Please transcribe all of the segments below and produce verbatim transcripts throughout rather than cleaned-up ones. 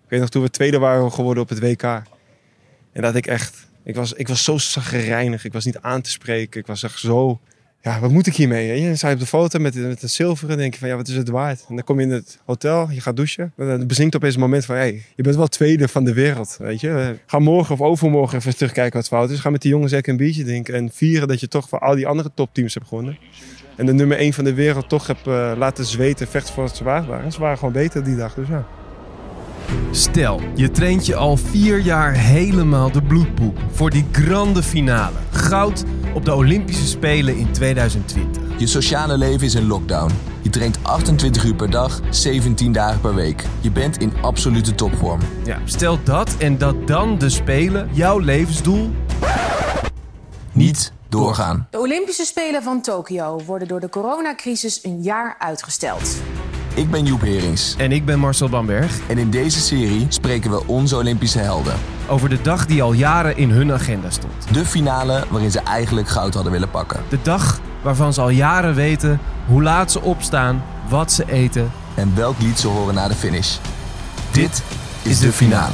weet nog, toen we tweede waren geworden op het W K. En dat ik echt... Ik was, ik was zo chagrijnig. Ik was niet aan te spreken. Ik was echt zo... Ja, wat moet ik hiermee? Je sta je op de foto met, met een zilveren en denk je van... Ja, wat is het waard? En dan kom je in het hotel, je gaat douchen. En dan bezinkt opeens een moment van... Hey, je bent wel tweede van de wereld, weet je. Ga morgen of overmorgen even terugkijken wat fout is. Ga met die jongens lekker een biertje drinken. En vieren dat je toch voor al die andere topteams hebt gewonnen. En de nummer één van de wereld toch hebt uh, laten zweten, vechten voor wat ze waard waren. Ze waren gewoon beter die dag, dus ja. Stel, je traint je al vier jaar helemaal de bloedpoep voor die grande finale. Goud op de Olympische Spelen in tweeduizend twintig. Je sociale leven is in lockdown. Je traint achtentwintig uur per dag, zeventien dagen per week. Je bent in absolute topvorm. Ja, stel dat en dat dan de Spelen jouw levensdoel... Niet doorgaan. De Olympische Spelen van Tokio worden door de coronacrisis een jaar uitgesteld. Ik ben Joep Herings. En ik ben Marcel Bamberg. En in deze serie spreken we onze Olympische helden. Over de dag die al jaren in hun agenda stond. De finale waarin ze eigenlijk goud hadden willen pakken. De dag waarvan ze al jaren weten hoe laat ze opstaan, wat ze eten. En welk lied ze horen na de finish. Dit is de finale.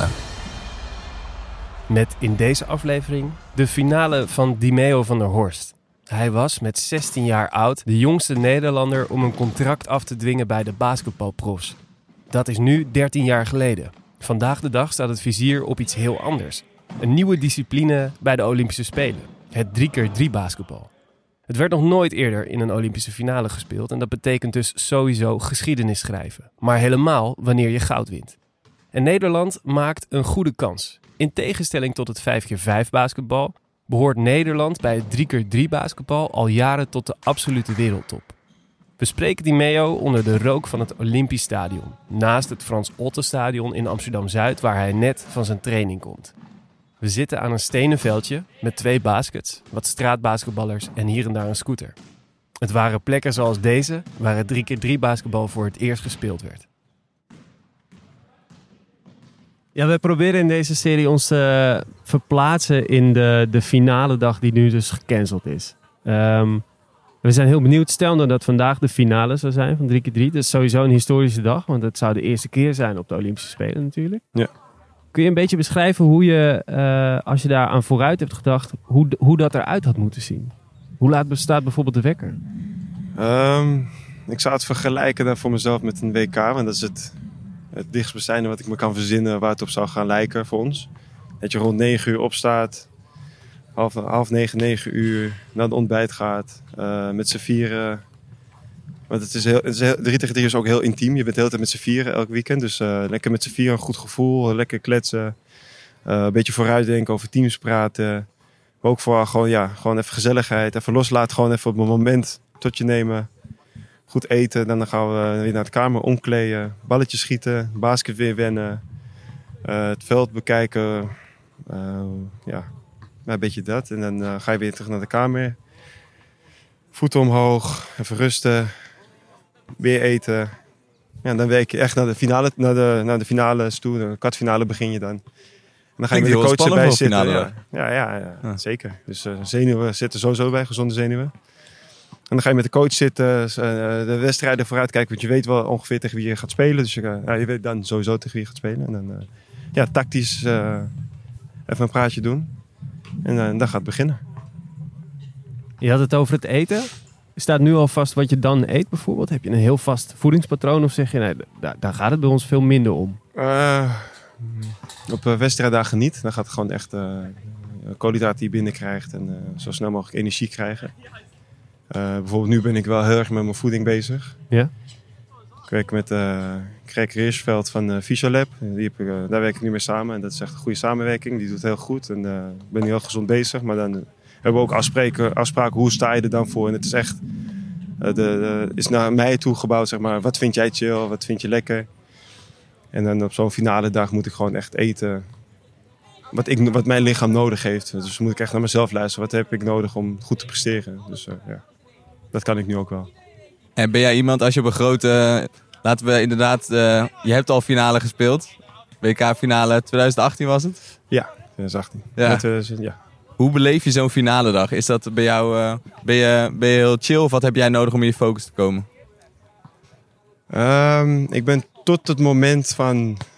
Met in deze aflevering de finale van Dimeo van der Horst. Hij was met zestien jaar oud de jongste Nederlander om een contract af te dwingen bij de basketbalprofs. Dat is nu dertien jaar geleden. Vandaag de dag staat het vizier op iets heel anders. Een nieuwe discipline bij de Olympische Spelen. Het drie keer drie basketbal. Het werd nog nooit eerder in een Olympische finale gespeeld en dat betekent dus sowieso geschiedenis schrijven. Maar helemaal wanneer je goud wint. En Nederland maakt een goede kans. In tegenstelling tot het vijf keer vijf basketbal behoort Nederland bij het drie keer drie basketbal al jaren tot de absolute wereldtop. We spreken Dimeo onder de rook van het Olympisch Stadion, naast het Frans Otte Stadion in Amsterdam-Zuid waar hij net van zijn training komt. We zitten aan een stenen veldje met twee baskets, wat straatbasketballers en hier en daar een scooter. Het waren plekken zoals deze waar het drie keer drie basketbal voor het eerst gespeeld werd. Ja, we proberen in deze serie ons te verplaatsen in de, de finale dag die nu dus gecanceld is. Um, we zijn heel benieuwd. Stel nou dat vandaag de finale zou zijn van drie keer drie. Dat is sowieso een historische dag, want het zou de eerste keer zijn op de Olympische Spelen natuurlijk. Ja. Kun je een beetje beschrijven hoe je, uh, als je daar aan vooruit hebt gedacht, hoe, hoe dat eruit had moeten zien? Hoe laat bestaat bijvoorbeeld de wekker? Um, ik zou het vergelijken dan voor mezelf met een W K, want dat is het... Het dichtstbijzijnde wat ik me kan verzinnen waar het op zou gaan lijken voor ons. Dat je rond negen uur opstaat. Half, half negen, negen uur naar het ontbijt gaat. Uh, met z'n vieren. Want het is heel, het is heel, drie tegen drie is ook heel intiem. Je bent de hele tijd met z'n vieren elk weekend. Dus uh, lekker met z'n vieren, een goed gevoel. Lekker kletsen. Uh, een beetje vooruitdenken, over teams praten. Maar ook vooral gewoon, ja, gewoon even gezelligheid. Even loslaten, gewoon even op een moment tot je nemen. Goed eten, dan gaan we weer naar de kamer omkleden, balletjes schieten, basket weer wennen, uh, het veld bekijken, uh, ja, een beetje dat. En dan uh, ga je weer terug naar de kamer, voeten omhoog, even rusten, weer eten. Ja, dan werk je echt naar de finale, naar de, naar de finale toe, de kwartfinale begin je dan. En dan ga je met de coach erbij zitten. Finale, ja. Ja, ja, ja, ja, zeker. Dus uh, zenuwen zitten sowieso bij, gezonde zenuwen. En dan ga je met de coach zitten, uh, de wedstrijden vooruit kijken. Want je weet wel ongeveer tegen wie je gaat spelen. Dus je, uh, ja, je weet dan sowieso tegen wie je gaat spelen. En dan uh, ja, tactisch uh, even een praatje doen. En uh, dan gaat het beginnen. Je had het over het eten. Staat nu al vast wat je dan eet bijvoorbeeld? Heb je een heel vast voedingspatroon of zeg je, nee, daar, daar gaat het bij ons veel minder om? Uh, op uh, wedstrijddagen niet. Dan gaat het gewoon echt uh, koolhydraten die je binnenkrijgt. En uh, zo snel mogelijk energie krijgen. Uh, bijvoorbeeld nu ben ik wel heel erg met mijn voeding bezig. Ja? Ik werk met uh, Greg Reersveld van uh, Fysiolab. Die heb ik, uh, daar werk ik nu mee samen. En dat is echt een goede samenwerking. Die doet heel goed. En uh, ik ben nu heel gezond bezig. Maar dan uh, hebben we ook afspraken, afspraken. Hoe sta je er dan voor? En het is echt... Uh, de, de, is naar mij toe gebouwd, zeg maar. Wat vind jij chill? Wat vind je lekker? En dan op zo'n finale dag moet ik gewoon echt eten... Wat, ik, wat mijn lichaam nodig heeft. Dus moet ik echt naar mezelf luisteren. Wat heb ik nodig om goed te presteren? Dus uh, ja, dat kan ik nu ook wel. En ben jij iemand, als je op een grote... Laten we inderdaad... Uh, je hebt al finale gespeeld. W K-finale twintig achttien was het? Ja, twintig achttien. Ja. Met, uh, ja. Hoe beleef je zo'n finale dag? Is dat bij jou... Uh, ben, je, ben je heel chill of wat heb jij nodig om in je focus te komen? Um, ik ben tot het moment van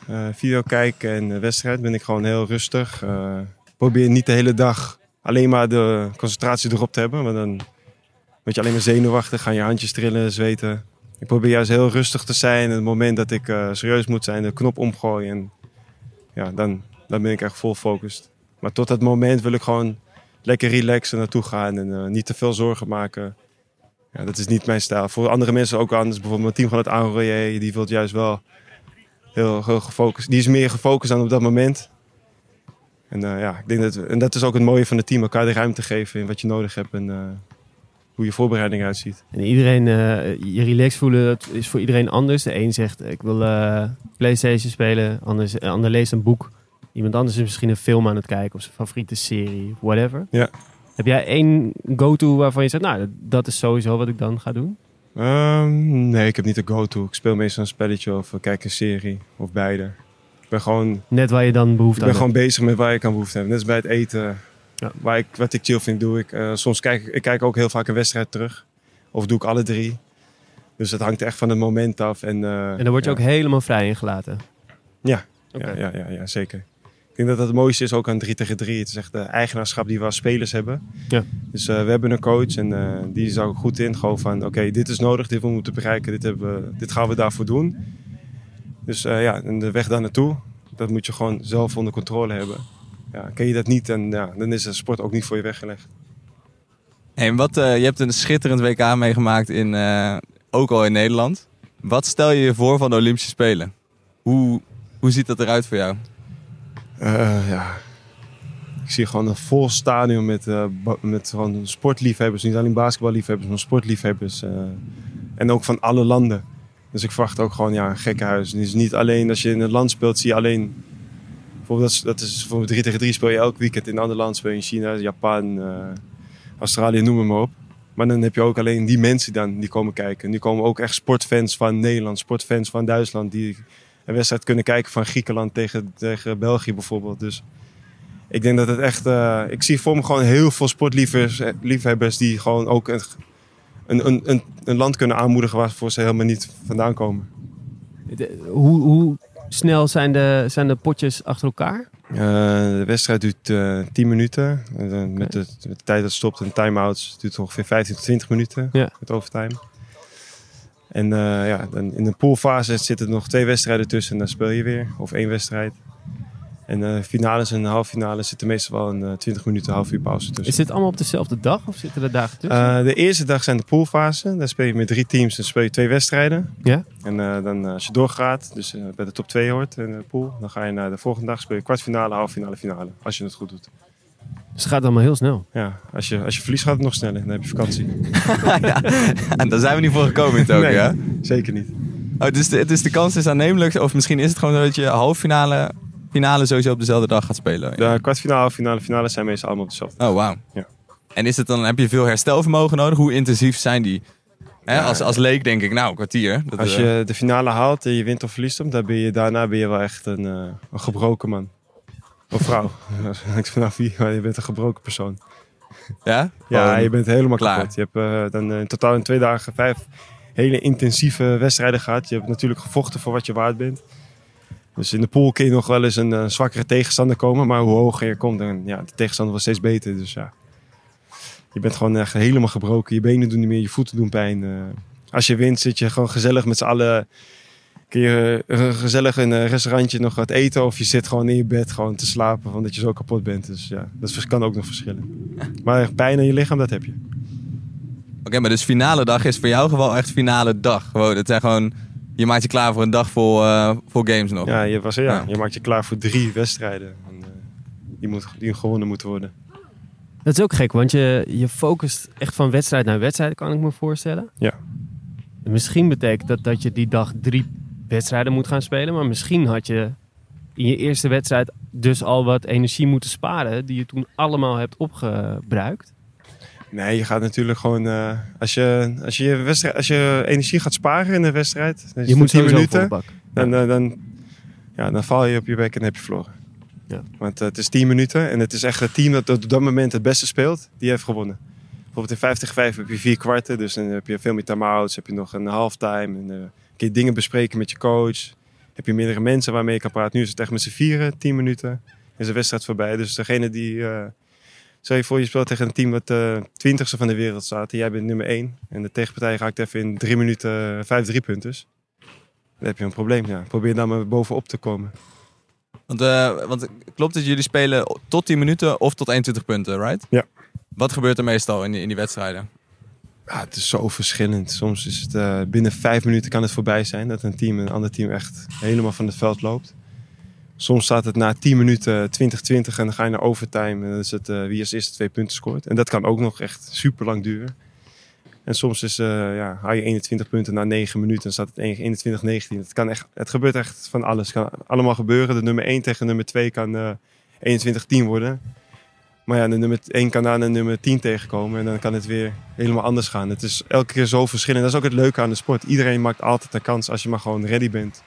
uh, video kijken en de wedstrijd ben ik gewoon heel rustig. Uh, probeer niet de hele dag alleen maar de concentratie erop te hebben. Want dan word je alleen maar zenuwachtig, gaan je handjes trillen, zweten. Ik probeer juist heel rustig te zijn. En het moment dat ik uh, serieus moet zijn, de knop omgooien. En ja, dan, dan ben ik echt vol gefocust. Maar tot dat moment wil ik gewoon lekker relaxen naartoe gaan. En uh, niet te veel zorgen maken. Ja, dat is niet mijn stijl. Voor andere mensen ook anders. Bijvoorbeeld mijn team van het Aron, die wil juist wel heel, heel gefocust. Die is meer gefocust dan op dat moment. En, uh, ja, ik denk dat, en dat is ook het mooie van het team. Elkaar de ruimte geven in wat je nodig hebt. En uh, hoe je voorbereiding uitziet. En iedereen, uh, je relax voelen, dat is voor iedereen anders. De een zegt, ik wil uh, PlayStation spelen. Anders, de ander leest een boek. Iemand anders is misschien een film aan het kijken. Of zijn favoriete serie, whatever. Ja. Heb jij één go-to waarvan je zegt, nou, dat is sowieso wat ik dan ga doen? Um, nee, ik heb niet een go-to. Ik speel meestal een spelletje of kijk een serie. Of beide. Ik ben gewoon... Net waar je dan behoefte aan hebt. Ik ben gewoon bezig met waar ik aan behoefte heb. Net als bij het eten. Ja. Waar ik, wat ik chill vind, doe ik. Uh, soms kijk ik kijk ook heel vaak een wedstrijd terug. Of doe ik alle drie. Dus het hangt echt van het moment af. En, uh, en dan word je ja. ook helemaal vrij ingelaten? Ja, okay. ja, ja, ja, ja, zeker. Ik denk dat dat het mooiste is ook aan drie tegen drie. Het is echt de eigenaarschap die we als spelers hebben. Ja. Dus uh, we hebben een coach en uh, die is ook goed in. Gewoon van, oké, okay, dit is nodig, dit we moeten bereiken, dit, hebben, dit gaan we daarvoor doen. Dus uh, ja, en de weg daar naartoe, dat moet je gewoon zelf onder controle hebben. Ja, ken je dat niet, en, ja, dan is de sport ook niet voor je weggelegd. En wat, uh, je hebt een schitterend W K meegemaakt, in, uh, ook al in Nederland. Wat stel je je voor van de Olympische Spelen? Hoe, hoe ziet dat eruit voor jou? Uh, ja, ik zie gewoon een vol stadion met, uh, met gewoon sportliefhebbers. Niet alleen basketballiefhebbers, maar sportliefhebbers. Uh, en ook van alle landen. Dus ik verwacht ook gewoon ja, een gekkenhuis. Dus niet alleen als je in een land speelt, zie je alleen... Bijvoorbeeld dat is, dat is bijvoorbeeld drie tegen drie speel je elk weekend. In een ander land speel je in China, Japan, uh, Australië, noem maar op. Maar dan heb je ook alleen die mensen dan die komen kijken. Nu komen ook echt sportfans van Nederland, sportfans van Duitsland... die een wedstrijd kunnen kijken van Griekenland tegen, tegen België bijvoorbeeld. Dus ik denk dat het echt... Uh, ik zie voor me gewoon heel veel sportliefhebbers die gewoon ook een, een, een, een land kunnen aanmoedigen waarvoor ze helemaal niet vandaan komen. De, hoe, hoe snel zijn de, zijn de potjes achter elkaar? Uh, de wedstrijd duurt uh, tien minuten. Uh, okay. met, de, met de tijd dat het stopt en time-outs duurt het ongeveer vijftien tot twintig minuten ja. met overtime. En uh, ja, dan in de poolfase zitten er nog twee wedstrijden tussen en dan speel je weer. Of één wedstrijd. En uh, finales en halve finales zitten meestal wel een uh, twintig minuten, half uur pauze tussen. Is dit allemaal op dezelfde dag of zitten er dagen tussen? Uh, de eerste dag zijn de poolfase. Daar speel je met drie teams en speel je twee wedstrijden. Ja? En uh, dan uh, als je doorgaat, dus uh, bij de top twee hoort in de pool, dan ga je naar de volgende dag speel je kwartfinale, halve finale, finale. Als je het goed doet. Dus het gaat allemaal heel snel. Ja, als je, als je verliest gaat het nog sneller. Dan heb je vakantie. Ja, en daar zijn we niet voor gekomen in Tokio, nee, hè? Zeker niet. Oh, dus, de, dus de kans is aannemelijk, of misschien is het gewoon dat je halve finale, finale sowieso op dezelfde dag gaat spelen? Ja. De kwartfinale, halve finale, finale zijn meestal allemaal op dezelfde dag. Oh, wauw. Ja. En is het dan, heb je veel herstelvermogen nodig? Hoe intensief zijn die? Hè, ja, als, als leek denk ik, nou, een kwartier. Dat als je de finale haalt en je wint of verliest hem, dan ben je, daarna ben je wel echt een, uh, een gebroken man. Of vrouw. Ik vanaf wie, maar je bent een gebroken persoon. Ja? Ja, oh, je bent helemaal klaar. kapot. Je hebt uh, dan uh, in totaal in twee dagen vijf hele intensieve wedstrijden gehad. Je hebt natuurlijk gevochten voor wat je waard bent. Dus in de pool kun je nog wel eens een uh, zwakkere tegenstander komen. Maar hoe hoger je komt, dan ja, de tegenstander wordt steeds beter. Dus ja, je bent gewoon echt helemaal gebroken. Je benen doen niet meer, je voeten doen pijn. Uh, als je wint zit je gewoon gezellig met z'n allen. Kun je uh, gezellig in een restaurantje nog wat eten. Of je zit gewoon in je bed gewoon te slapen. Omdat je zo kapot bent. Dus ja, dat kan ook nog verschillen. Maar pijn aan je lichaam, dat heb je. Oké, okay, maar dus finale dag is voor jou gewoon echt finale dag. Gewoon, het zijn gewoon, je maakt je klaar voor een dag vol, uh, vol games nog. Ja, je, was, ja, ja, je maakt je klaar voor drie wedstrijden. En, uh, die, moet, die gewonnen moeten worden. Dat is ook gek, want je, je focust echt van wedstrijd naar wedstrijd, kan ik me voorstellen. Ja. En misschien betekent dat dat je die dag drie wedstrijden moet gaan spelen. Maar misschien had je in je eerste wedstrijd dus al wat energie moeten sparen die je toen allemaal hebt opgebruikt. Nee, je gaat natuurlijk gewoon... Uh, als, je, als, je wedstrijd, als je energie gaat sparen in de wedstrijd... Dan je moet tien minuten, dan, dan, uh, dan, ja, dan val je op je bek en dan heb je verloren. Ja. Want uh, het is tien minuten en het is echt het team dat op dat moment het beste speelt, die heeft gewonnen. Bijvoorbeeld in vijf tegen vijf heb je vier kwarten, dus dan heb je veel meer time-outs, heb je nog een halftime. En, uh, kun je dingen bespreken met je coach. heb je meerdere mensen waarmee je kan praten. Nu is het echt met z'n vieren, tien minuten, is de wedstrijd voorbij. Dus degene die, uh, stel je voor je speelt tegen een team wat uh, twintigste van de wereld staat. En jij bent nummer één. En de tegenpartij raakt even in drie minuten uh, vijf driepunters. Dan heb je een probleem, ja. Probeer daar maar bovenop te komen. Want, uh, want klopt dat jullie spelen tot tien minuten of tot eenentwintig punten, right? Ja. Wat gebeurt er meestal in die, in die wedstrijden? Ja, het is zo verschillend. Soms is het uh, binnen vijf minuten kan het voorbij zijn. Dat een team een ander team echt helemaal van het veld loopt. Soms staat het na tien minuten twintig twintig en dan ga je naar overtime. En dan is het uh, wie als eerste twee punten scoort. En dat kan ook nog echt super lang duren. En soms is, uh, ja, haal je eenentwintig punten na negen minuten en staat het eenentwintig negentien. Het, kan echt, het gebeurt echt van alles. Het kan allemaal gebeuren. De nummer één tegen nummer twee kan uh, eenentwintig tien worden. Maar ja, de nummer één kan daar de nummer tien tegenkomen. En dan kan het weer helemaal anders gaan. Het is elke keer zo verschillend. Dat is ook het leuke aan de sport. Iedereen maakt altijd een kans als je maar gewoon ready bent.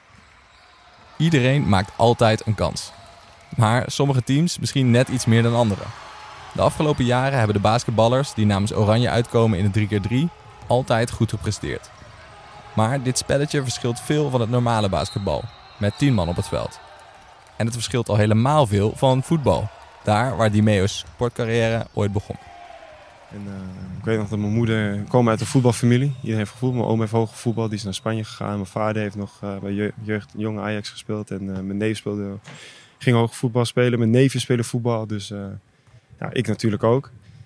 Iedereen maakt altijd een kans. Maar sommige teams misschien net iets meer dan andere. De afgelopen jaren hebben de basketballers die namens Oranje uitkomen in het drie keer drie altijd goed gepresteerd. Maar dit spelletje verschilt veel van het normale basketbal, met tien man op het veld. En het verschilt al helemaal veel van voetbal, daar waar Dimeo's sportcarrière ooit begon. En, uh, ik weet nog dat mijn moeder kwam uit een voetbalfamilie. Iedereen heeft gevoetbald. Mijn oom heeft hoog gevoetbald, die is naar Spanje gegaan. Mijn vader heeft nog uh, bij je- jeugd jonge Ajax gespeeld. En uh, mijn neef speelde, ging hoog voetbal spelen. Mijn neefje speelde voetbal, dus uh, ja, ik natuurlijk ook.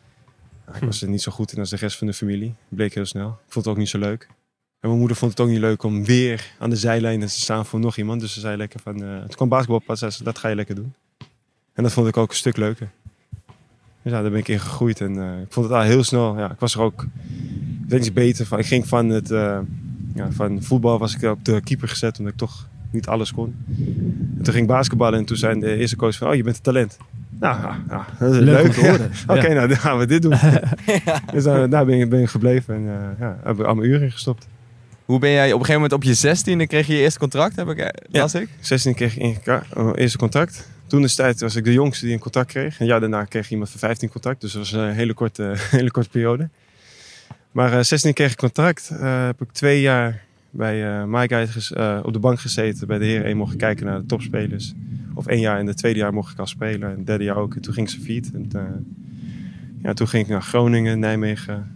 Ik was er niet zo goed in als de rest van de familie. Bleek heel snel. Ik vond het ook niet zo leuk. En mijn moeder vond het ook niet leuk om weer aan de zijlijn te staan voor nog iemand. Dus ze zei lekker van... Uh, toen kwam basketbalpas, zei ze, dat ga je lekker doen. En dat vond ik ook een stuk leuker. Dus ja, daar ben ik in gegroeid. En uh, ik vond het al heel snel... Ja, ik was er ook... Ik weet niet beter van. Ik ging van het... Uh, ja, van voetbal was ik op de keeper gezet, omdat ik toch niet alles kon. En toen ging ik basketballen en toen zei de eerste coach van... Oh, je bent een talent. Nou, ja, ja, dat is leuk. Leuk om te horen. Oké, okay, Ja. nou dan gaan we dit doen. Ja. Dus daar, daar ben, ik, ben ik gebleven en uh, ja, heb ik al mijn uren in gestopt. Hoe ben jij op een gegeven moment op je zestiende kreeg je je eerste contract, heb ik, las ik? zestien kreeg ik in, uh, eerste contact. Toen de tijd was ik de jongste die een contact kreeg. En ja, daarna kreeg iemand van vijftien contact. Dus dat was een hele korte, hele korte periode. Maar uh, zestien kreeg ik contract. Uh, heb ik twee jaar bij uh, Maaike ges- uh, op de bank gezeten. Bij de heren één mocht kijken naar de topspelers. Of één jaar. En het tweede jaar mocht ik al spelen. En het derde jaar ook. En toen ging ze fiet. En uh, ja, toen ging ik naar Groningen, Nijmegen.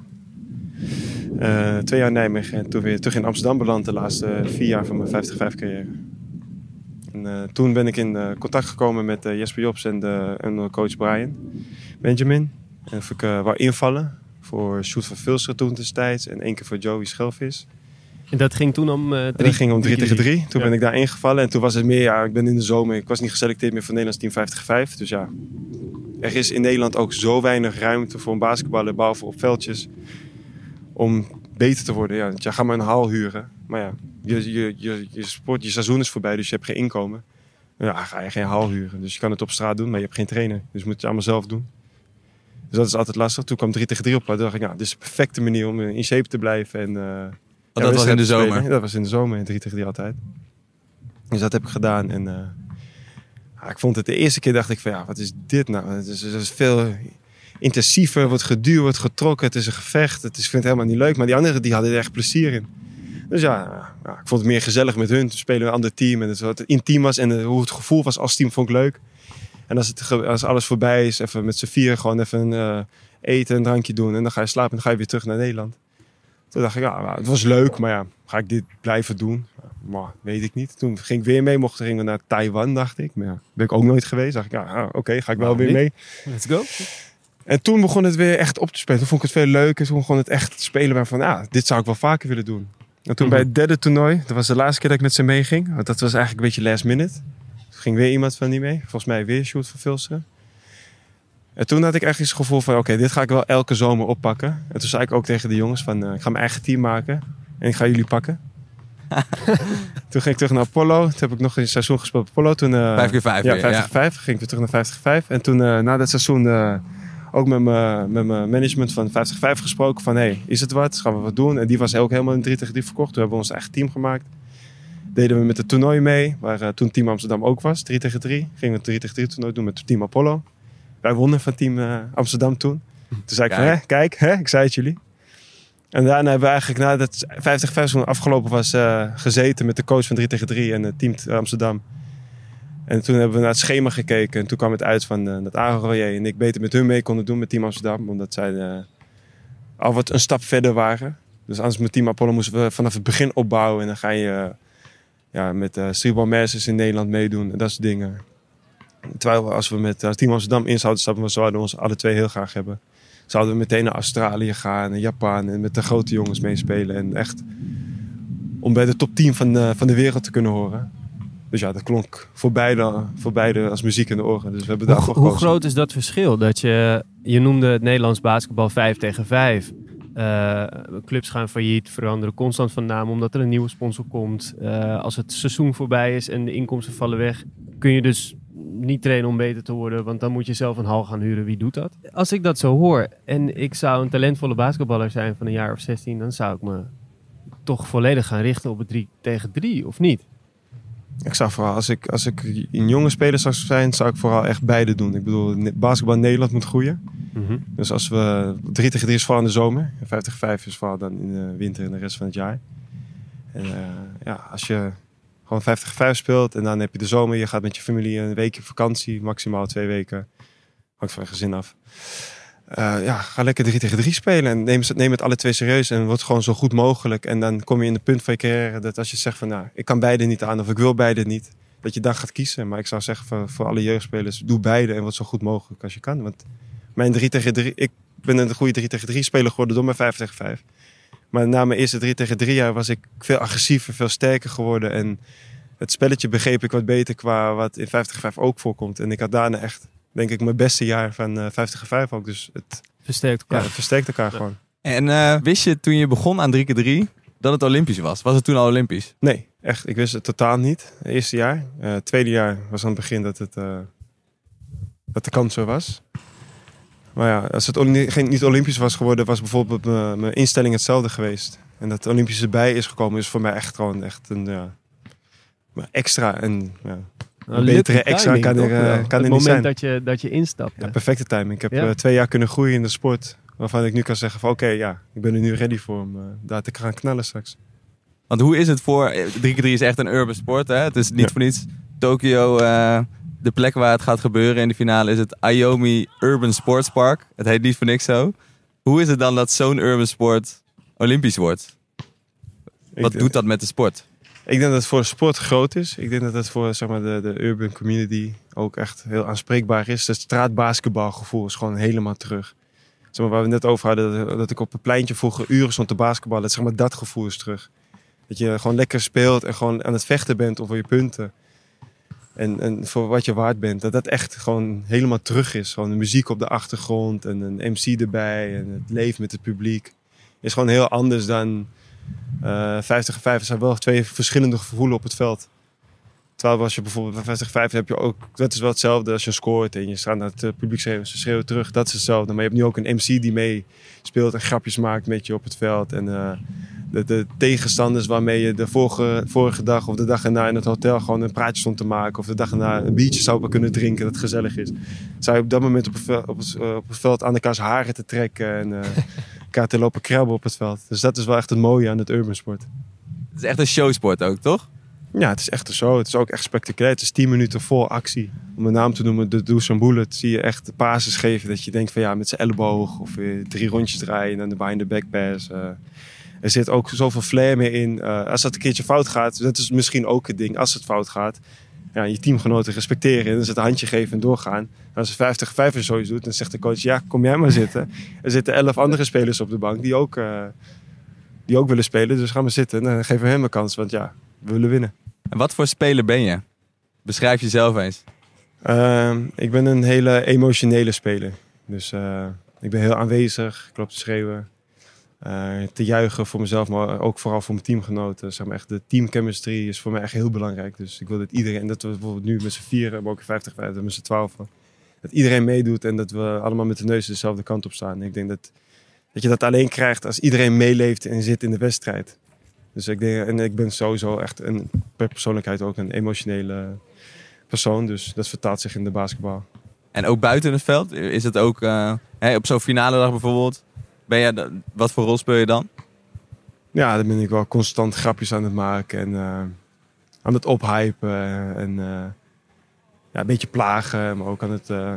Uh, twee jaar in Nijmegen. En toen weer terug in Amsterdam beland. De laatste vier jaar van mijn vijftig vijf carrière. En, uh, toen ben ik in uh, contact gekomen met uh, Jesper Jobs en de, en de coach Brian Benjamin. En of ik uh, wou invallen voor Sjoerd van Vilstra toen destijds. En één keer voor Joey Schelvis. En dat ging toen om uh, drie, En dat ging om drie tegen drie. Toen Ja. ben ik daar ingevallen. En toen was het meer, ja, ik ben in de zomer. Ik was niet geselecteerd meer voor Nederlands team vijftig vijf. Dus ja, er is in Nederland ook zo weinig ruimte voor een basketballer, behalve op veldjes, om beter te worden. Ja, want je gaat maar een hal huren. Maar ja, je, je, je, je sport, je seizoen is voorbij, dus je hebt geen inkomen. Ja, ga je geen hal huren. Dus je kan het op straat doen, maar je hebt geen trainer. Dus je moet het allemaal zelf doen. Dus dat is altijd lastig. Toen kwam drie tegen drie op. Toen dacht ik, ja, dit is de perfecte manier om in shape te blijven. En, uh, Want dat was in de zomer? Spelen. Dat was in de zomer, drie tegen drie altijd. Dus dat heb ik gedaan. En uh, ja, ik vond het de eerste keer, dacht ik van, ja, wat is dit nou? Het is, het is veel intensiever, wordt geduwd, wordt getrokken. Het is een gevecht. Het is, ik vind het helemaal niet leuk. Maar die anderen, die hadden er echt plezier in. Dus ja, ja, ik vond het meer gezellig met hun. Toen spelen we een ander team. En het, wat het intiem was en hoe het gevoel was als team vond ik leuk. En als, het, als alles voorbij is, even met z'n vier gewoon even uh, eten, een drankje doen. En dan ga je slapen en dan ga je weer terug naar Nederland. Toen dacht ik, ja, het was leuk, maar ja, ga ik dit blijven doen? Maar weet ik niet. Toen ging ik weer mee, mochten gingen we naar Taiwan, dacht ik. Maar ja, ben ik ook nooit geweest. Dacht ik, ja, oké, okay, ga ik wel Waarom weer niet? mee. Let's go. En toen begon het weer echt op te spelen. Toen vond ik het veel leuker. Toen begon het echt te spelen waarvan, ja, dit zou ik wel vaker willen doen. En toen Mhm. bij het derde toernooi, dat was de laatste keer dat ik met ze meeging. Want dat was eigenlijk een beetje last minute. Toen ging weer iemand van die mee. Volgens mij weer Sjoerd van Vilstra. En toen had ik echt het gevoel van, oké, okay, dit ga ik wel elke zomer oppakken. En toen zei ik ook tegen de jongens van, uh, ik ga mijn eigen team maken. En ik ga jullie pakken. Toen ging ik terug naar Apollo. Toen heb ik nog een seizoen gespeeld op Apollo. Toen, uh, Vijf keer vijf Ja, weer, vijftig vijf. Ging ik weer terug naar vijftig vijf. En toen uh, na dat seizoen uh, ook met mijn met mijn management van vijftig vijf gesproken. Van, hey, is het wat? Gaan we wat doen? En die was ook helemaal in drie tegen drie verkocht. Toen hebben we ons eigen team gemaakt. Deden we met het toernooi mee. Waar uh, toen Team Amsterdam ook was. drie tegen drie. Gingen we het drie tegen drie toernooi doen met Team Apollo. Wij wonnen van Team uh, Amsterdam toen. Toen zei ik van, hè, kijk, hè, ik zei het jullie. En daarna hebben we eigenlijk nadat vijftig vijf afgelopen was uh, gezeten met de coach van drie tegen drie en het team Amsterdam. En toen hebben we naar het schema gekeken en toen kwam het uit van uh, dat Aaron Royer en ik beter met hun mee konden doen met team Amsterdam. Omdat zij uh, al wat een stap verder waren. Dus anders met team Apollo moesten we vanaf het begin opbouwen en dan ga je uh, ja, met uh, Streetball Masters in Nederland meedoen en dat soort dingen. Terwijl we, als we met uh, team Amsterdam in zouden stappen, we zouden ons alle twee heel graag hebben. Zouden we meteen naar Australië gaan, naar Japan en met de grote jongens meespelen. En echt om bij de top tien van de, van de wereld te kunnen horen. Dus ja, dat klonk voor beide, voor beide als muziek in de oren. Dus we hebben daarvoor hoe, gekozen. Hoe groot is dat verschil? Dat je, je noemde het Nederlands basketbal vijf tegen vijf. Uh, clubs gaan failliet, veranderen constant van naam omdat er een nieuwe sponsor komt. Uh, als het seizoen voorbij is en de inkomsten vallen weg, kun je dus niet trainen om beter te worden, want dan moet je zelf een hal gaan huren. Wie doet dat? Als ik dat zo hoor en ik zou een talentvolle basketballer zijn van een jaar of zestien, dan zou ik me toch volledig gaan richten op het drie tegen drie, of niet? Ik zou vooral, als ik, als ik een jonge speler zou zijn, zou ik vooral echt beide doen. Ik bedoel, basketbal in Nederland moet groeien. Mm-hmm. Dus als we drie tegen drie is vooral in de zomer. En vijf tegen vijf is vooral dan in de winter en de rest van het jaar. En uh, ja, als je gewoon vijf tegen vijf speelt en dan heb je de zomer. Je gaat met je familie een weekje vakantie, maximaal twee weken. Hangt van je gezin af. Uh, ja, ga lekker drie tegen drie spelen en neem, neem het alle twee serieus en word gewoon zo goed mogelijk. En dan kom je in de punt van je carrière dat als je zegt van nou, ik kan beide niet aan of ik wil beide niet, dat je dan gaat kiezen. Maar ik zou zeggen voor, voor alle jeugdspelers, doe beide en word zo goed mogelijk als je kan. Want mijn drie tegen drie, ik ben een goede drie tegen drie speler geworden door mijn vijf tegen vijf. Maar na mijn eerste drie tegen drie jaar was ik veel agressiever, veel sterker geworden. En het spelletje begreep ik wat beter qua wat in vijf tegen vijf ook voorkomt. En ik had daarna echt, denk ik, mijn beste jaar van uh, vijf tegen vijf ook. Dus het versterkt elkaar, ja, het versterkt elkaar ja. gewoon. En uh, wist je toen je begon aan drie keer drie dat het Olympisch was? Was het toen al Olympisch? Nee, echt. Ik wist het totaal niet. Het eerste jaar. Uh, het tweede jaar was aan het begin dat, het, uh, dat de kans zo was. Maar ja, als het geen, niet Olympisch was geworden, was bijvoorbeeld mijn, mijn instelling hetzelfde geweest. En dat het Olympische bij is gekomen, is voor mij echt gewoon echt een ja, extra. En, ja, een betere extra kan er, uh, kan er niet zijn. Het moment dat je, dat je instapt. Ja, perfecte timing. Ik heb ja. uh, twee jaar kunnen groeien in de sport. Waarvan ik nu kan zeggen van oké, okay, ja, ik ben er nu ready voor om uh, daar te gaan knallen straks. Want hoe is het voor... drie keer drie is echt een urban sport, hè? Het is niet ja. voor niets. Tokio, uh, de plek waar het gaat gebeuren in de finale is het Aoyama Urban Sports Park. Het heet niet voor niks zo. Hoe is het dan dat zo'n urban sport Olympisch wordt? Wat doet dat met de sport? Ik denk dat het voor de sport groot is. Ik denk dat het voor zeg maar, de, de urban community ook echt heel aanspreekbaar is. Het straatbasketbalgevoel is gewoon helemaal terug. Zeg maar, waar we net over hadden, dat, dat ik op een pleintje vroeger uren stond te basketballen. Dat, zeg maar, dat gevoel is terug. Dat je gewoon lekker speelt en gewoon aan het vechten bent voor je punten. En, en voor wat je waard bent. Dat dat echt gewoon helemaal terug is. Gewoon de muziek op de achtergrond en een M C erbij. En het leven met het publiek. Is gewoon heel anders dan uh, vijf tegen vijf. Er zijn wel twee verschillende gevoelens op het veld. Terwijl als je bijvoorbeeld bij vijf tegen vijf heb je ook... Dat is wel hetzelfde als je scoort en je staat naar het publiek schreeuwen. Ze schreeuwen terug, dat is hetzelfde. Maar je hebt nu ook een M C die mee speelt en grapjes maakt met je op het veld. En uh, de, de tegenstanders waarmee je de vorige, vorige dag of de dag erna in het hotel gewoon een praatje stond te maken. Of de dag erna een biertje zou kunnen drinken dat gezellig is. Zou je op dat moment op het veld, op het, uh, op het veld aan elkaars haren te trekken en uh, elkaar te lopen krabben op het veld. Dus dat is wel echt het mooie aan het urban sport. Het is echt een showsport ook, toch? Ja, het is echt zo. Het is ook echt spectaculair. Het is tien minuten vol actie. Om een naam te noemen, de Douche Bullet, zie je echt de passes geven. Dat je denkt van ja, met zijn elleboog of weer drie rondjes draaien en dan de behind the back pass. Uh, er zit ook zoveel flair meer in. Uh, als dat een keertje fout gaat, dat is misschien ook het ding. Als het fout gaat, ja, je teamgenoten respecteren en dan het een handje geven en doorgaan. En als je vijf tegen vijf of zoiets doet, dan zegt de coach, ja, kom jij maar zitten. Er zitten elf andere spelers op de bank die ook, uh, die ook willen spelen. Dus ga maar zitten en dan geven we hem een kans, want ja, we willen winnen. En wat voor speler ben je? Beschrijf jezelf eens. Uh, ik ben een hele emotionele speler. Dus uh, ik ben heel aanwezig, ik loop te schreeuwen. Uh, te juichen voor mezelf, maar ook vooral voor mijn teamgenoten. Zeg maar echt, de teamchemistry is voor mij echt heel belangrijk. Dus ik wil dat iedereen, dat we bijvoorbeeld nu met z'n vieren, maar ook in vijftig, vijftig, met z'n twaalf. Dat iedereen meedoet en dat we allemaal met de neus dezelfde kant op staan. En ik denk dat, dat je dat alleen krijgt als iedereen meeleeft en zit in de wedstrijd. Dus ik denk, en ik ben sowieso echt een, per persoonlijkheid ook een emotionele persoon. Dus dat vertaalt zich in de basketbal. En ook buiten het veld? Is het ook uh, hey, op zo'n finale dag bijvoorbeeld? Ben je, wat voor rol speel je dan? Ja, dan ben ik wel constant grapjes aan het maken en uh, aan het ophypen en uh, ja, een beetje plagen, maar ook aan het uh,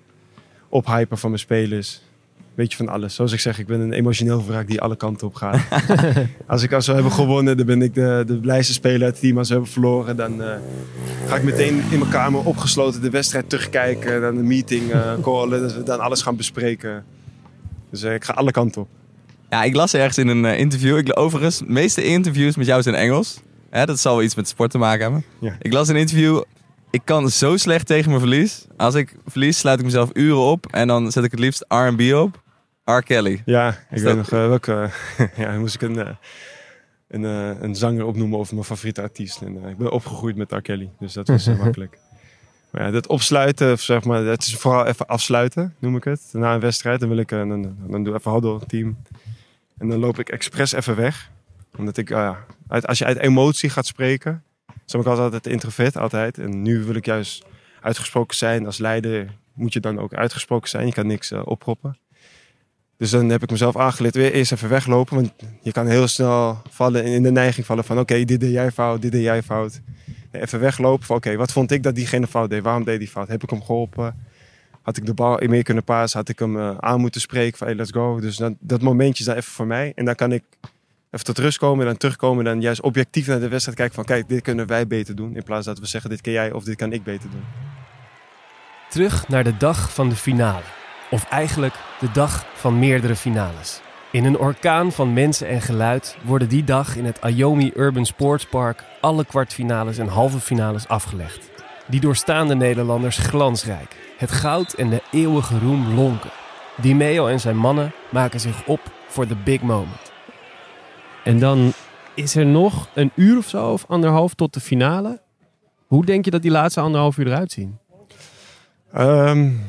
ophypen van mijn spelers. Beetje van alles. Zoals ik zeg, ik ben een emotioneel wraak die alle kanten op gaat. Als ik al zou hebben gewonnen, dan ben ik de, de blijste speler uit het team. Als we hebben verloren, dan uh, ga ik meteen in mijn kamer opgesloten de wedstrijd terugkijken. Dan een meeting uh, callen, dat we dan alles gaan bespreken. Dus uh, ik ga alle kanten op. Ja, ik las ergens in een uh, interview. Ik, overigens, de meeste interviews met jou zijn Engels. Hè, dat zal wel iets met sport te maken hebben. Ja. Ik las in een interview. Ik kan zo slecht tegen mijn verlies. Als ik verlies, sluit ik mezelf uren op. En dan zet ik het liefst R en B op. R. Kelly. Ja, ik Is weet dat... nog uh, welke... ja, dan moest ik een, uh, een, uh, een zanger opnoemen over mijn favoriete artiest. En, uh, ik ben opgegroeid met R. Kelly. Dus dat was uh, makkelijk. Maar ja, dat opsluiten, of zeg maar, het is vooral even afsluiten, noem ik het. Na een wedstrijd, dan wil ik, uh, dan, dan doe ik even huddle, team. En dan loop ik expres even weg. Omdat ik, uh, uit, als je uit emotie gaat spreken... Zeg ik was altijd introvert, altijd. En nu wil ik juist uitgesproken zijn. Als leider moet je dan ook uitgesproken zijn. Je kan niks uh, opproppen. Dus dan heb ik mezelf aangeleerd weer eerst even weglopen. Want je kan heel snel vallen in de neiging vallen van... Oké, okay, dit deed jij fout, dit deed jij fout. Nee, even weglopen van oké, okay, wat vond ik dat diegene fout deed? Waarom deed hij fout? Heb ik hem geholpen? Had ik de bal meer kunnen pasen? Had ik hem uh, aan moeten spreken van hey, let's go? Dus dan, dat momentje is dan even voor mij. En dan kan ik... Even tot rust komen en dan terugkomen en dan juist objectief naar de wedstrijd kijken van kijk, dit kunnen wij beter doen. In plaats dat we zeggen, dit kan jij of dit kan ik beter doen. Terug naar de dag van de finale. Of eigenlijk de dag van meerdere finales. In een orkaan van mensen en geluid worden die dag in het Ayomi Urban Sports Park alle kwartfinales en halve finales afgelegd. Die doorstaan de Nederlanders glansrijk. Het goud en de eeuwige roem lonken. Di Meo en zijn mannen maken zich op voor de big moment. En dan is er nog een uur of zo, of anderhalf tot de finale. Hoe denk je dat die laatste anderhalf uur eruit zien? Um,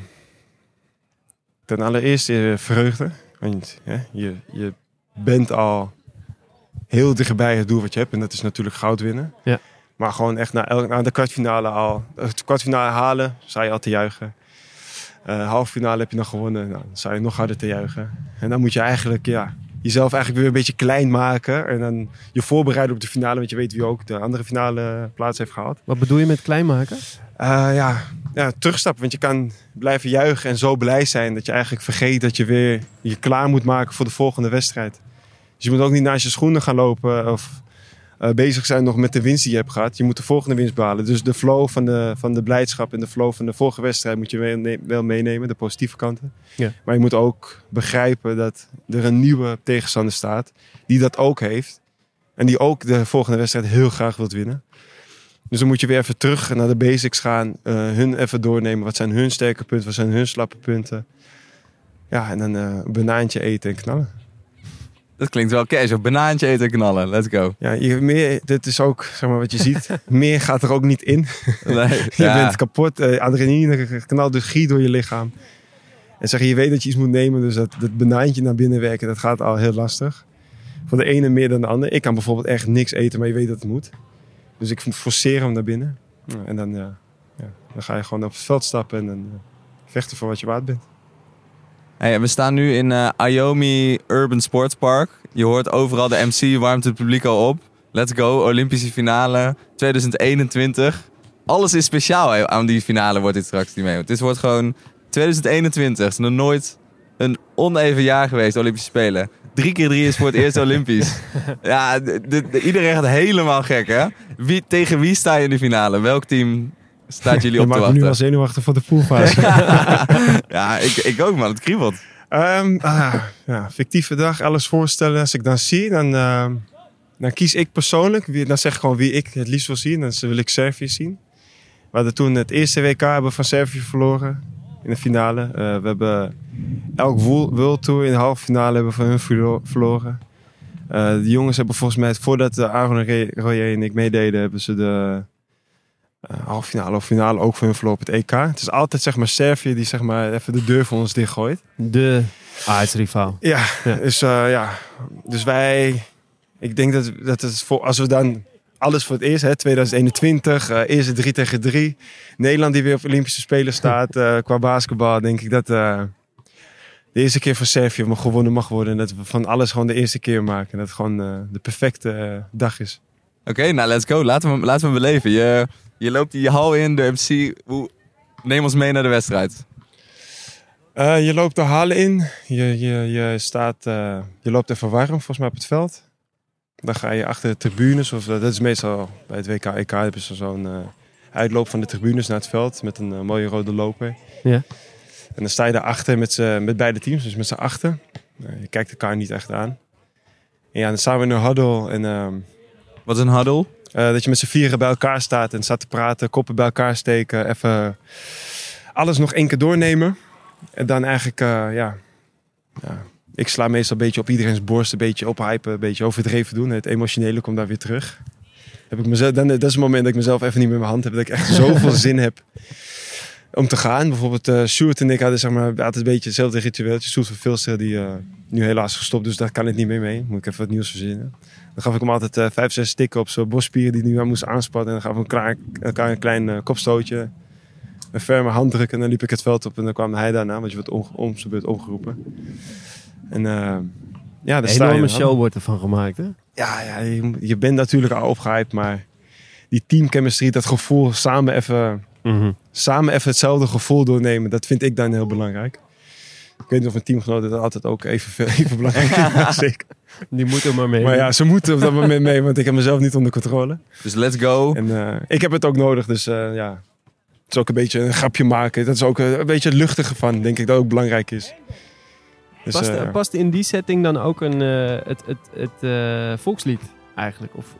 ten allereerste vreugde. Want ja, je, je bent al heel dichtbij het doel wat je hebt. En dat is natuurlijk goud winnen. Ja. Maar gewoon echt na, elk, na de kwartfinale al. Het kwartfinale halen, sta je al te juichen. Uh, halve finale heb je nog gewonnen. Nou, dan sta je nog harder te juichen. En dan moet je eigenlijk... ja. jezelf eigenlijk weer een beetje klein maken. En dan je voorbereiden op de finale. Want je weet wie ook de andere finale plaats heeft gehad. Wat bedoel je met klein maken? Uh, ja, ja, terugstappen. Want je kan blijven juichen en zo blij zijn. Dat je eigenlijk vergeet dat je weer je klaar moet maken voor de volgende wedstrijd. Dus je moet ook niet naast je schoenen gaan lopen. Of uh, bezig zijn nog met de winst die je hebt gehad. Je moet de volgende winst behalen. Dus de flow van de, van de blijdschap en de flow van de vorige wedstrijd moet je wel meenemen. De positieve kanten. Ja. Maar je moet ook begrijpen dat er een nieuwe tegenstander staat. Die dat ook heeft. En die ook de volgende wedstrijd heel graag wilt winnen. Dus dan moet je weer even terug naar de basics gaan. Uh, hun even doornemen. Wat zijn hun sterke punten? Wat zijn hun slappe punten? Ja, en dan uh, een banaantje eten en knallen. Dat klinkt wel cash. Een banaantje eten en knallen. Let's go. Ja, je, meer, dit is ook zeg maar, wat je ziet. Meer gaat er ook niet in. Nee, je ja. bent kapot. Uh, adrenaline knalt dus gier door je lichaam. En zeg je, je weet dat je iets moet nemen. Dus dat, dat banaantje naar binnen werken, dat gaat al heel lastig. Voor de ene meer dan de ander. Ik kan bijvoorbeeld echt niks eten, maar je weet dat het moet. Dus ik forceer hem naar binnen. En dan, ja, ja, dan ga je gewoon op het veld stappen en dan uh, vechten voor wat je waard bent. Hey, we staan nu in uh, Ayomi Urban Sports Park. Je hoort overal de M C, warmt het publiek al op. Let's go, Olympische finale twintig eenentwintig. Alles is speciaal aan die finale, wordt dit straks niet mee. Het wordt gewoon twintig eenentwintig. Het is nog nooit een oneven jaar geweest, Olympische Spelen. Drie keer drie is voor het eerst Olympisch. Ja, de, de, iedereen gaat helemaal gek, hè? Wie, tegen wie sta je in de finale? Welk team staat jullie op te wachten? Je maakt me nu wel zenuwachtig voor de poolfase. Ja, ik, ik ook, man. Het kriebelt. Um, ah, ja, fictieve dag, alles voorstellen. Als ik dan zie, dan, uh, dan kies ik persoonlijk. Wie, dan zeg ik gewoon wie ik het liefst wil zien. Dan wil ik Servië zien. We hadden toen het eerste W K hebben van Servië verloren. In de finale. Uh, we hebben elk World Tour in de halve finale hebben van hun verloren. Uh, de jongens hebben volgens mij, voordat Aaron Royer en ik meededen, hebben ze de uh, halve finale of finale ook van hun verloren op het E K. Het is altijd zeg maar Servië die zeg maar even de deur voor ons dichtgooit. De aardsrivaal. Ja, ja. Dus, uh, ja, dus wij, ik denk dat, dat het voor, als we dan alles voor het eerst, hè, twintig eenentwintig, uh, eerste drie tegen drie. Nederland die weer op Olympische Spelen staat uh, qua basketbal, denk ik dat, uh, de eerste keer voor Servië mag gewonnen mag worden. En dat we van alles gewoon de eerste keer maken. En dat het gewoon uh, de perfecte uh, dag is. Oké, okay, nou let's go. Laten we, laten we hem beleven. Je, je loopt die hal in, de M C. Hoe, neem ons mee naar de wedstrijd. Uh, je loopt de hal in. Je, je, je, staat, uh, je loopt even warm volgens mij op het veld. Dan ga je achter de tribunes. Of, dat is meestal bij het W K E K hebben ze zo'n uh, uitloop van de tribunes naar het veld. Met een uh, mooie rode loper. Ja. En dan sta je daarachter met, met beide teams. Dus met z'n achter. Uh, je kijkt elkaar niet echt aan. En ja, dan staan we in een huddle. En, uh, Wat is een huddle? Uh, dat je met z'n vieren bij elkaar staat en staat te praten. Koppen bij elkaar steken. Even alles nog één keer doornemen. En dan eigenlijk, uh, ja, ja... Ik sla meestal een beetje op iedereen's borst. Een beetje ophypen, een beetje overdreven doen. Het emotionele komt daar weer terug. Heb ik mezelf, dan, dat is het moment dat ik mezelf even niet meer in mijn hand heb. Dat ik echt zoveel zin heb om te gaan. Bijvoorbeeld uh, Sjoerd en ik hadden zeg maar, altijd een beetje hetzelfde ritueeltje. Sjoerd van Vilster, die uh, nu helaas gestopt. Dus daar kan ik niet meer mee. Moet ik even wat nieuws verzinnen. Dan gaf ik hem altijd uh, vijf, zes stikken op zijn borstspieren die hij nu aan moest aanspannen. En dan gaf ik hem elkaar een klein uh, kopstootje. Een ferme handdruk. En dan liep ik het veld op. En dan kwam hij daarna. Want je wordt om, om zijn beurt omgeroepen. En uh, ja, een enorme show wordt ervan gemaakt, hè? Ja, ja je, je bent natuurlijk al opgehyped, maar die teamchemistry, dat gevoel, samen even, mm-hmm. samen even hetzelfde gevoel doornemen, dat vind ik dan heel belangrijk. Ik weet niet of een teamgenoot dat altijd ook even, even belangrijk is. Zeker. Die moeten maar mee. Maar ja, ze moeten op dat moment mee, want ik heb mezelf niet onder controle. Dus let's go. En uh, ik heb het ook nodig, dus uh, ja. Het is ook een beetje een grapje maken. Dat is ook een, een beetje het luchtige van, denk ik, dat ook belangrijk is. Dus, past, uh, past in die setting dan ook een, uh, het, het, het uh, volkslied eigenlijk? Of...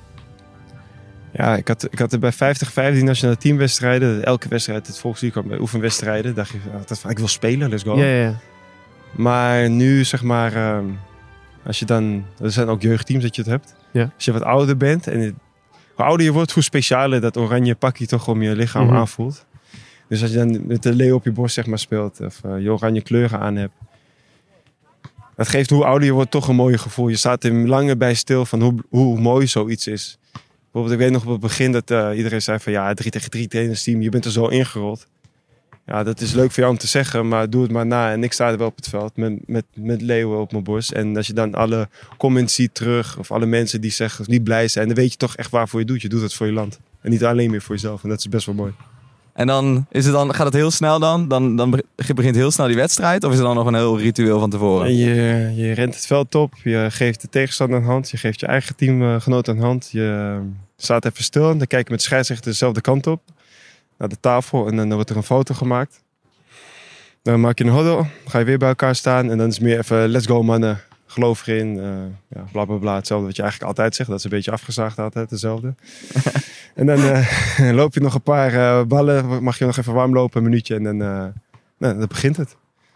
Ja, ik had, ik had er bij vijftig vijftien nationale teamwedstrijden. Elke wedstrijd het volkslied kwam bij oefenwedstrijden. Dacht je altijd van, ik wil spelen, let's go. Ja, ja. Maar nu zeg maar, uh, als je dan, er zijn ook jeugdteams dat je het hebt. Ja. Als je wat ouder bent en het, hoe ouder je wordt, hoe specialer dat oranje pakje toch om je lichaam mm-hmm. aanvoelt. Dus als je dan met de leeuw op je borst zeg maar speelt of uh, je oranje kleuren aan hebt. Dat geeft hoe ouder je wordt toch een mooi gevoel. Je staat er langer bij stil van hoe, hoe mooi zoiets is. Bijvoorbeeld, ik weet nog op het begin dat uh, iedereen zei van ja, drie tegen drie trainersteam, je bent er zo ingerold. Ja, dat is leuk voor jou om te zeggen, maar doe het maar na. En ik sta er wel op het veld met, met, met leeuwen op mijn borst. En als je dan alle comments ziet terug, of alle mensen die zeggen niet blij zijn, dan weet je toch echt waarvoor je doet. Je doet het voor je land. En niet alleen meer voor jezelf. En dat is best wel mooi. En dan, is het dan gaat het heel snel dan? Dan, dan begint heel snel die wedstrijd? Of is er dan nog een heel ritueel van tevoren? En je, je rent het veld op. Je geeft de tegenstander een hand. Je geeft je eigen teamgenoot een hand. Je staat even stil. En dan kijk je met de scheidsrechter dezelfde kant op. Naar de tafel. En dan wordt er een foto gemaakt. Dan maak je een huddle. Dan ga je weer bij elkaar staan. En dan is het meer even let's go mannen. Geloof erin. Uh, ja, bla bla bla. Hetzelfde wat je eigenlijk altijd zegt. Dat is een beetje afgezaagd altijd. Hetzelfde. En dan uh, loop je nog een paar uh, ballen. Mag je nog even warm lopen. Een minuutje. En dan, uh, nou, dan begint het.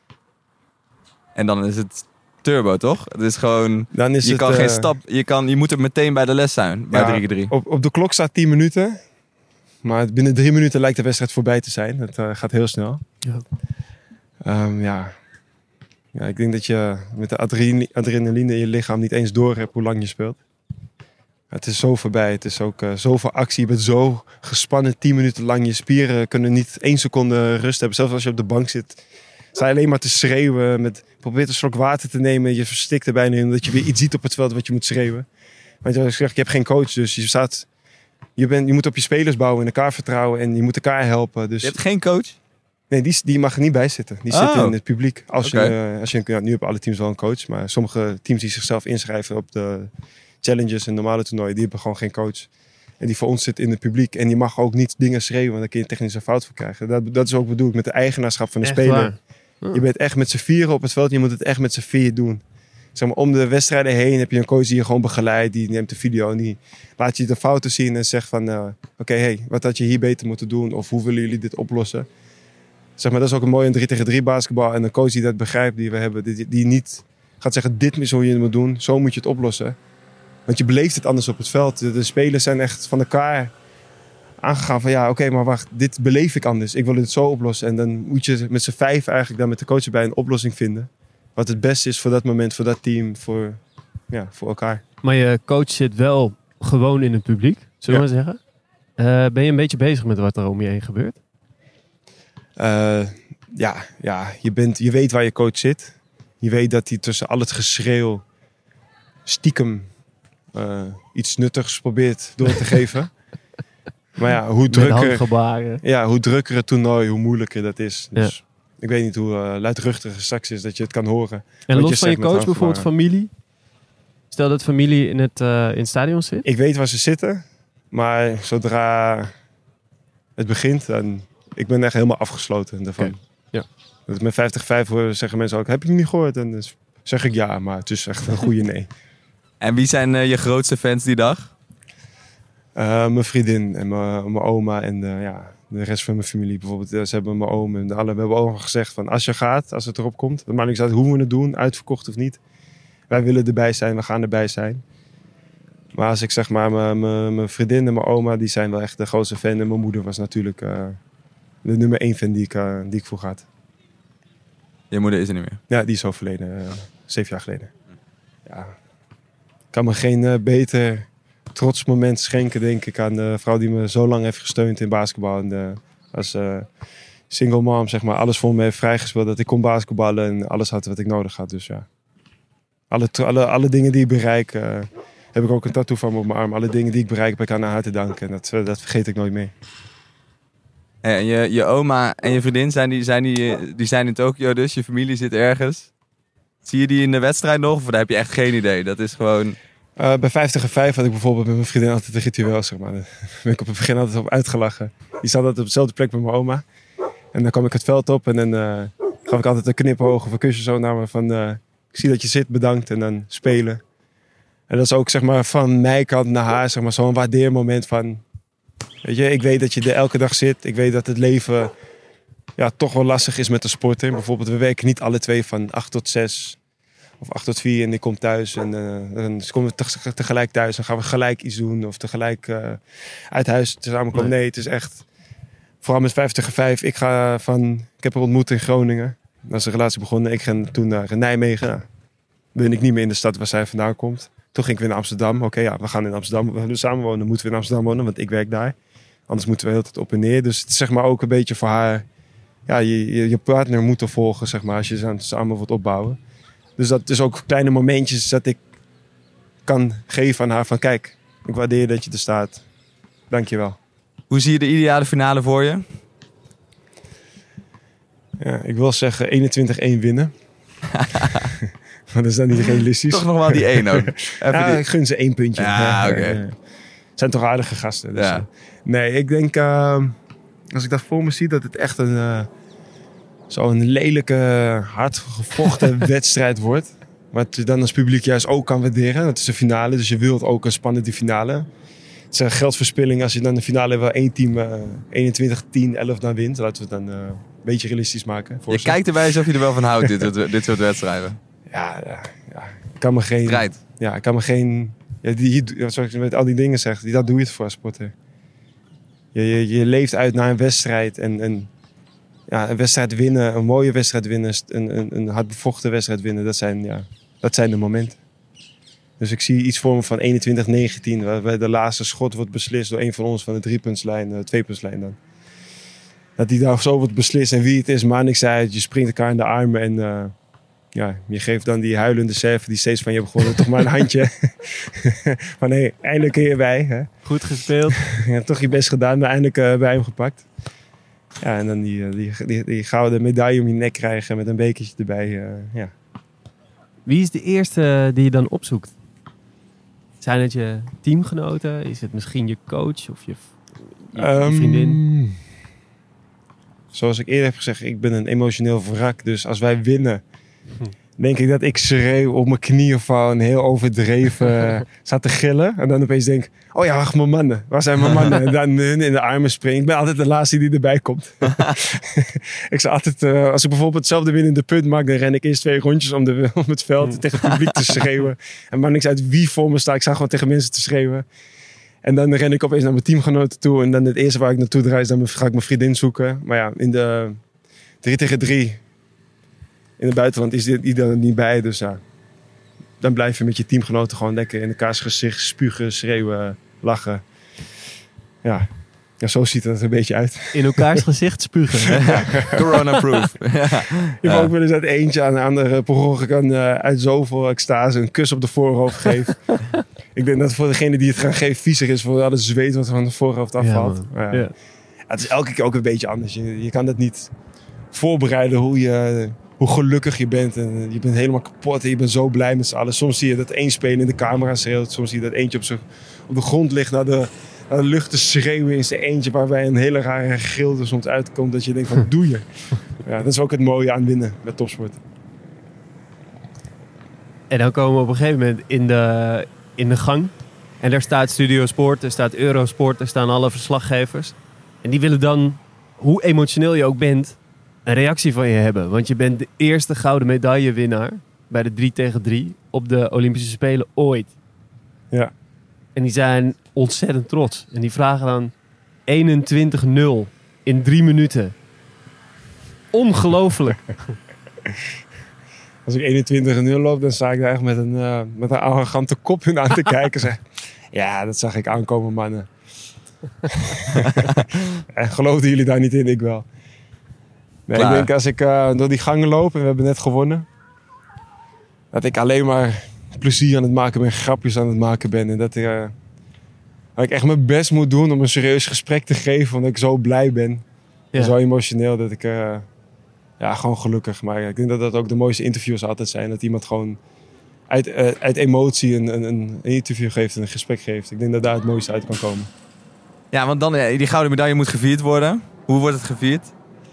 En dan is het turbo, toch? Het is gewoon... Dan is je het, kan uh, geen stap... Je, kan, je moet er meteen bij de les zijn. Bij ja, drie tegen drie. Op, op de klok staat tien minuten. Maar binnen drie minuten lijkt de wedstrijd voorbij te zijn. Het uh, gaat heel snel. Ja. Um, ja. ja, ik denk dat je met de adrenaline, adrenaline in je lichaam niet eens door hebt hoe lang je speelt. Het is zo voorbij. Het is ook uh, zoveel actie. Je bent zo gespannen tien minuten lang. Je spieren kunnen niet één seconde rust hebben. Zelfs als je op de bank zit, sta je alleen maar te schreeuwen. Met, probeer een slok water te nemen. Je verstikt er bijna in, omdat je weer iets ziet op het veld wat je moet schreeuwen. Want je zegt, je hebt geen coach, dus je staat... Je, bent, je moet op je spelers bouwen en elkaar vertrouwen en je moet elkaar helpen. Dus... Je hebt geen coach? Nee, die, die mag er niet bij zitten. Die oh. zit in het publiek. Als okay. je, uh, als je, ja, nu hebben alle teams wel een coach, maar sommige teams die zichzelf inschrijven op de challenges en normale toernooien, die hebben gewoon geen coach. En die voor ons zit in het publiek. En die mag ook niet dingen schreeuwen, want dan kun je een technische fout voor krijgen. Dat, dat is ook bedoeld met de eigenaarschap van de echt speler. Oh. Je bent echt met z'n vieren op het veld. Je moet het echt met z'n vier doen. Zeg maar, om de wedstrijden heen heb je een coach die je gewoon begeleidt. Die neemt de video en die laat je de fouten zien en zegt van... Uh, Oké, okay, hey, wat had je hier beter moeten doen? Of hoe willen jullie dit oplossen? Zeg maar, dat is ook een mooie drie tegen drie basketbal. En een coach die dat begrijpt, die we hebben. Die, die niet gaat zeggen, dit is hoe je het moet doen. Zo moet je het oplossen. Want je beleeft het anders op het veld. De, de spelers zijn echt van elkaar aangegaan van... Ja, oké, okay, maar wacht, dit beleef ik anders. Ik wil het zo oplossen. En dan moet je met z'n vijf eigenlijk dan met de coach erbij een oplossing vinden. Wat het beste is voor dat moment, voor dat team, voor, ja, voor elkaar. Maar je coach zit wel gewoon in het publiek, zullen we ja. maar zeggen. Uh, ben je een beetje bezig met wat er om je heen gebeurt? Uh, ja, ja je, bent, je weet waar je coach zit. Je weet dat hij tussen al het geschreeuw stiekem uh, iets nuttigs probeert door te geven. Maar ja, hoe drukker, ja, hoe drukker het toernooi, hoe moeilijker dat is. Dus ja. Ik weet niet hoe uh, luidruchtig het straks is dat je het kan horen. En los van je coach bijvoorbeeld familie? Stel dat familie in het, uh, in het stadion zit? Ik weet waar ze zitten. Maar zodra het begint, dan... Ik ben echt helemaal afgesloten daarvan. Okay. Ja. Dat met vijftig vijf zeggen mensen ook, heb je het niet gehoord? En dan zeg ik ja, maar het is echt een goede nee. En wie zijn uh, je grootste fans die dag? Uh, mijn vriendin en mijn, mijn oma en uh, ja, de rest van mijn familie. Bijvoorbeeld, uh, ze hebben mijn oom en alle, we hebben ook gezegd van als je gaat, als het erop komt, dan maakt niet uit hoe we het doen, uitverkocht of niet. Wij willen erbij zijn, we gaan erbij zijn. Maar als ik zeg maar, mijn, mijn, mijn vriendin en mijn oma, die zijn wel echt de grootste fan. En mijn moeder was natuurlijk uh, de nummer één fan die ik, uh, die ik vroeger had. Je moeder is er niet meer? Ja, die is overleden, uh, zeven jaar geleden. Ja, ik kan me geen uh, beter trots moment schenken, denk ik, aan de vrouw die me zo lang heeft gesteund in basketbal. En de, als uh, single mom, zeg maar, alles voor me heeft vrijgespeeld. Dat ik kon basketballen en alles had wat ik nodig had. Dus ja, alle, alle, alle dingen die ik bereik, uh, heb ik ook een tattoo van me op mijn arm. Alle dingen die ik bereik, heb ik aan haar te danken. En dat, dat vergeet ik nooit meer. En je, je oma en je vriendin zijn, die, zijn, die, die zijn in Tokio dus. Je familie zit ergens. Zie je die in de wedstrijd nog? Of daar heb je echt geen idee? Dat is gewoon... Uh, bij vijftig en vijf had ik bijvoorbeeld met mijn vriendin altijd een ritueel, zeg maar. Daar ben ik op het begin altijd op uitgelachen. Die zat altijd op dezelfde plek met mijn oma. En dan kwam ik het veld op en dan uh, gaf ik altijd een knipoog of een kusje zo naar me van... Uh, ik zie dat je zit, bedankt. En dan spelen. En dat is ook zeg maar van mijn kant naar haar, zeg maar, zo'n waardeermoment van... Weet je, ik weet dat je er elke dag zit. Ik weet dat het leven ja, toch wel lastig is met de sporten. Bijvoorbeeld, we werken niet alle twee van acht tot zes of acht tot vier en ik kom thuis. En uh, dan komen we te- tegelijk thuis en gaan we gelijk iets doen. Of tegelijk uh, uit huis samenkomen. Nee. nee, het is echt... Vooral met vijftig en vijf. Ik ga van... Ik heb haar ontmoet in Groningen. Dat is een relatie begonnen. Ik ging toen naar Nijmegen. Nou, ben ik niet meer in de stad waar zij vandaan komt. Toen ging ik weer naar Amsterdam. Oké, okay, ja, we gaan in Amsterdam. We willen samen wonen. Moeten we in Amsterdam wonen, want ik werk daar. Anders moeten we heel tijd op en neer. Dus het is zeg maar ook een beetje voor haar... Ja, je, je, je partner moet er volgen, zeg maar, als je samen wilt opbouwen. Dus dat is ook kleine momentjes dat ik kan geven aan haar van... Kijk, ik waardeer dat je er staat. Dank je wel. Hoe zie je de ideale finale voor je? Ja, ik wil zeggen eenentwintig één winnen. Maar dat is dan niet realistisch. Toch nog wel die één ook. Ja, die... ik gun ze één puntje. Ja, oké. Okay. Het zijn toch aardige gasten. Dus ja. Nee, ik denk... Uh, als ik dat voor me zie, dat het echt een... Uh, zo'n lelijke, hard gevochten wedstrijd wordt. Wat je dan als publiek juist ook kan waarderen. Dat is de finale, dus je wilt ook een spannende finale. Het is een geldverspilling als je dan de finale wel één team uh, eenentwintig tien elf dan wint. Laten we het dan uh, een beetje realistisch maken. Je kijkt erbij alsof je er wel van houdt, dit, dit soort wedstrijden. Ja, ja, ja. Ik kan me geen... Strijd. Ja, ik kan me geen... Ja, die, zoals je met al die dingen zegt, dat doe je het voor als sporter. Je, je, je leeft uit naar een wedstrijd en... en ja, een wedstrijd winnen, een mooie wedstrijd winnen, een, een, een hard bevochten wedstrijd winnen, dat zijn, ja, dat zijn de momenten. Dus ik zie iets voor me van eenentwintig negentien, waarbij de laatste schot wordt beslist door een van ons van de driepuntslijn, de tweepuntslijn dan. Dat die daar zo wordt beslist en wie het is, maakt niks uit. Je springt elkaar in de armen en uh, ja, je geeft dan die huilende serve die steeds van je begonnen, toch maar een handje. Van hé, hey, eindelijk kun je bij. Hè? Goed gespeeld. Ja, toch je best gedaan, maar eindelijk uh, bij hem gepakt. Ja, en dan die, die, die, die gouden medaille om je nek krijgen met een bekertje erbij. Uh, ja. Wie is de eerste die je dan opzoekt? Zijn het je teamgenoten? Is het misschien je coach of je, je, je um, vriendin? Zoals ik eerder heb gezegd, ik ben een emotioneel wrak. Dus als wij winnen, hm. denk ik dat ik schreeuw op mijn knieën val en heel overdreven sta te gillen. En dan opeens denk oh ja, wacht, mijn mannen. Waar zijn mijn mannen? En dan hun in de armen springen. Ik ben altijd de laatste die erbij komt. ik sta altijd, uh, als ik bijvoorbeeld hetzelfde winnende punt maak, dan ren ik eerst twee rondjes om, de, om het veld mm. tegen het publiek te schreeuwen. En maakt niks uit wie voor me staat. Ik sta gewoon tegen mensen te schreeuwen. En dan ren ik opeens naar mijn teamgenoten toe. En dan het eerste waar ik naartoe draai is, dan ga ik mijn vriendin zoeken. Maar ja, in de drie tegen drie in het buitenland is die er niet bij. Dus ja, dan blijf je met je teamgenoten gewoon lekker in elkaars gezicht spugen, schreeuwen, lachen. Ja, Ja, zo ziet het er een beetje uit. In elkaars gezicht spugen. Corona-proof. ja. Je hebt ook wel eens uit eentje aan de andere per ongeluk aan, uh, uit zoveel extase een kus op de voorhoofd geeft. Ik denk dat voor degene die het gaan geven viezig is voor al het zweet wat van de voorhoofd afvalt. Ja, ja. ja. Het is elke keer ook een beetje anders. Je, je kan dat niet voorbereiden hoe, je, hoe gelukkig je bent. En je bent helemaal kapot en je bent zo blij met z'n allen. Soms zie je dat één speler in de camera schreeuwt. Soms zie je dat eentje op, z'n, op de grond ligt naar de, naar de lucht te schreeuwen in zijn eentje. Waarbij een hele rare gil er soms uitkomt. Dat je denkt van, wat doe je? Ja, dat is ook het mooie aan winnen met topsport. En dan komen we op een gegeven moment in de, in de gang. En daar staat Studio Sport, er staat Eurosport, er staan alle verslaggevers. En die willen dan, hoe emotioneel je ook bent, een reactie van je hebben. Want je bent de eerste gouden medaillewinnaar bij de drie tegen drie op de Olympische Spelen ooit. Ja. En die zijn ontzettend trots. En die vragen dan eenentwintig nul in drie minuten. Ongelooflijk. Als ik eenentwintig nul loop, dan sta ik daar echt met een, uh, met een arrogante kop hun aan te kijken. Zeg, ja, dat zag ik aankomen, mannen. En geloofden jullie daar niet in? Ik wel. Nee, ik denk als ik uh, door die gangen loop en we hebben net gewonnen, dat ik alleen maar plezier aan het maken ben, grapjes aan het maken ben. En dat, uh, dat ik echt mijn best moet doen om een serieus gesprek te geven, omdat ik zo blij ben. Ja. En zo emotioneel dat ik... Uh, Ja, gewoon gelukkig. Maar ik denk dat dat ook de mooiste interviews altijd zijn. Dat iemand gewoon uit, uh, uit emotie een, een, een interview geeft en een gesprek geeft. Ik denk dat daar het mooiste uit kan komen. Ja, want dan die gouden medaille moet gevierd worden. Hoe wordt het gevierd?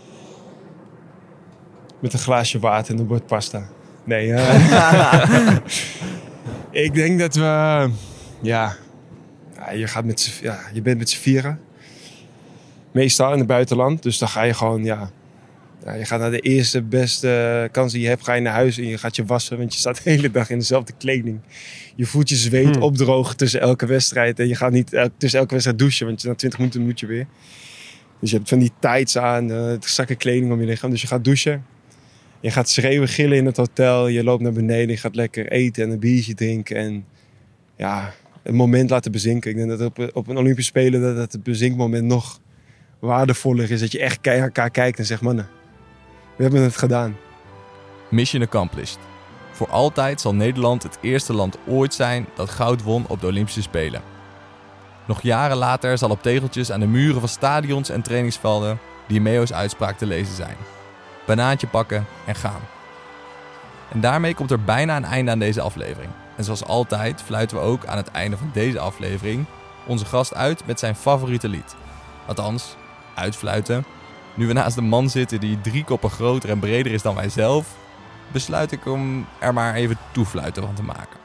Met een glaasje water en een bord pasta. Nee, uh, ik denk dat we... Ja, ja, je, gaat met z'n, ja, je bent met z'n vieren. Meestal in het buitenland. Dus dan ga je gewoon... Ja, Ja, je gaat naar de eerste beste kans die je hebt, ga je naar huis en je gaat je wassen. Want je staat de hele dag in dezelfde kleding. Je voelt je zweet hmm. opdrogen tussen elke wedstrijd. En je gaat niet uh, tussen elke wedstrijd douchen, want na twintig minuten moet je weer. Dus je hebt van die tights aan, uh, zakken kleding om je lichaam. Dus je gaat douchen. Je gaat schreeuwen, gillen in het hotel. Je loopt naar beneden, je gaat lekker eten en een biertje drinken. En ja, een moment laten bezinken. Ik denk dat op, op een Olympische Spelen dat, dat het bezinkmoment nog waardevoller is. Dat je echt naar elkaar kijkt en zegt, mannen, we hebben het gedaan. Mission accomplished. Voor altijd zal Nederland het eerste land ooit zijn dat goud won op de Olympische Spelen. Nog jaren later zal op tegeltjes aan de muren van stadions en trainingsvelden Dimeo's uitspraak te lezen zijn. Banaantje pakken en gaan. En daarmee komt er bijna een einde aan deze aflevering. En zoals altijd fluiten we ook aan het einde van deze aflevering onze gast uit met zijn favoriete lied. Althans, uitfluiten. Nu we naast een man zitten die drie koppen groter en breder is dan wij zelf, besluit ik om er maar even toefluiten van te maken.